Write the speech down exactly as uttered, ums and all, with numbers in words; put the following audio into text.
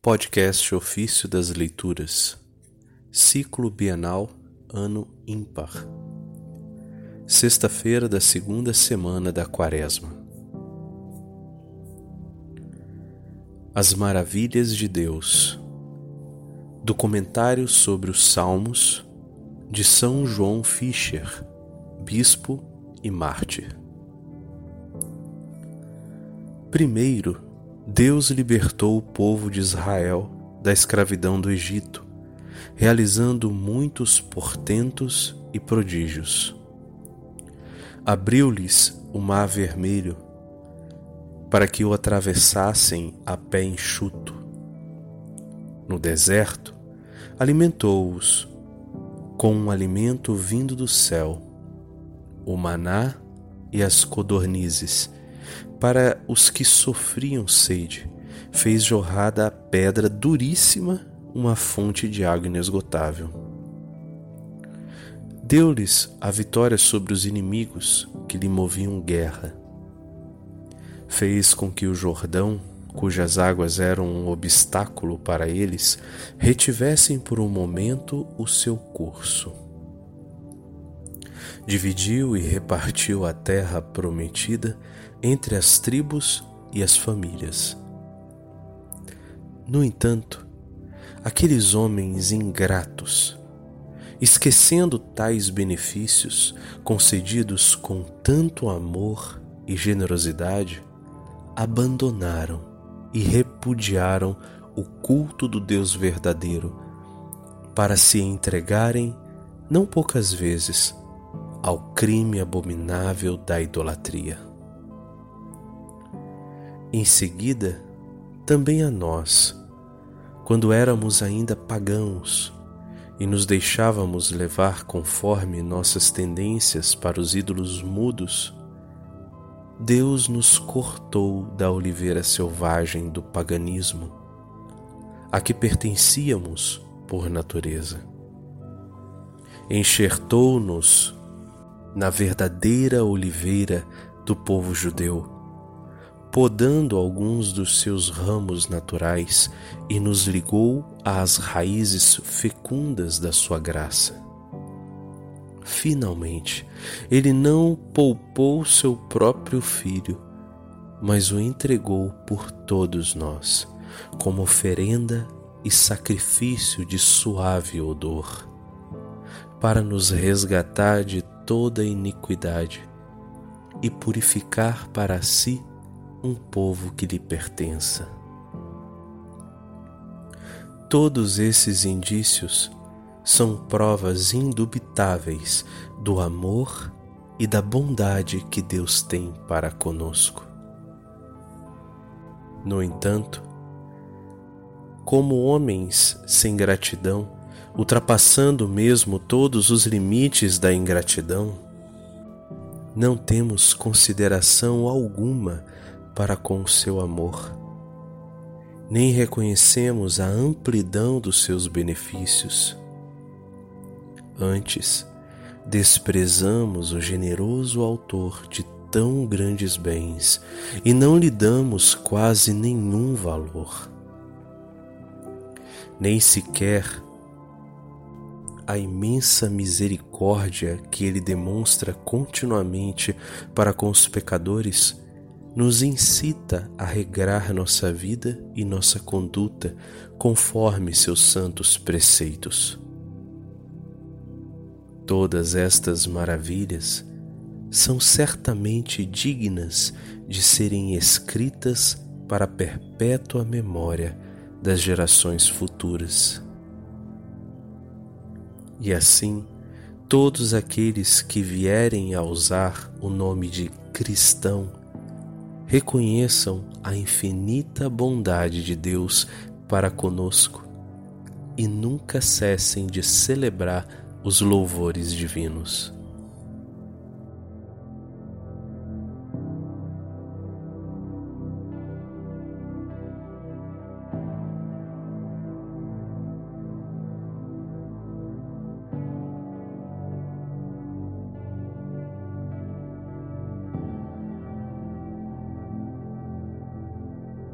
Podcast Ofício das Leituras, Ciclo Bienal, Ano Ímpar. Sexta-feira da segunda semana da Quaresma. As Maravilhas de Deus. Do Comentário sobre os Salmos, de São João Fischer, Bispo e Mártir. Primeiro, Deus libertou o povo de Israel da escravidão do Egito, realizando muitos portentos e prodígios. Abriu-lhes o Mar Vermelho, para que o atravessassem a pé enxuto. No deserto, alimentou-os com um alimento vindo do céu, o maná e as codornizes. Para os que sofriam sede, fez jorrar da pedra duríssima uma fonte de água inesgotável. Deu-lhes a vitória sobre os inimigos que lhe moviam guerra. Fez com que o Jordão, cujas águas eram um obstáculo para eles, retivessem por um momento o seu curso. Dividiu e repartiu a terra prometida entre as tribos e as famílias. No entanto, aqueles homens ingratos, esquecendo tais benefícios concedidos com tanto amor e generosidade, abandonaram e repudiaram o culto do Deus verdadeiro para se entregarem, não poucas vezes, ao crime abominável da idolatria. Em seguida, também a nós, quando éramos ainda pagãos e nos deixávamos levar conforme nossas tendências para os ídolos mudos, Deus nos cortou da oliveira selvagem do paganismo, a que pertencíamos por natureza. Enxertou-nos na verdadeira oliveira do povo judeu, podando alguns dos seus ramos naturais e nos ligou às raízes fecundas da sua graça. Finalmente, ele não poupou seu próprio filho, mas o entregou por todos nós, como oferenda e sacrifício de suave odor, para nos resgatar de toda iniquidade e purificar para si um povo que lhe pertença. Todos esses indícios são provas indubitáveis do amor e da bondade que Deus tem para conosco. No entanto, como homens sem gratidão, ultrapassando mesmo todos os limites da ingratidão, não temos consideração alguma para com o seu amor, nem reconhecemos a amplidão dos seus benefícios. Antes, desprezamos o generoso autor de tão grandes bens e não lhe damos quase nenhum valor. Nem sequer a imensa misericórdia que ele demonstra continuamente para com os pecadores nos incita a regrar nossa vida e nossa conduta conforme seus santos preceitos. Todas estas maravilhas são certamente dignas de serem escritas para a perpétua memória das gerações futuras. E assim, todos aqueles que vierem a usar o nome de cristão reconheçam a infinita bondade de Deus para conosco e nunca cessem de celebrar os louvores divinos.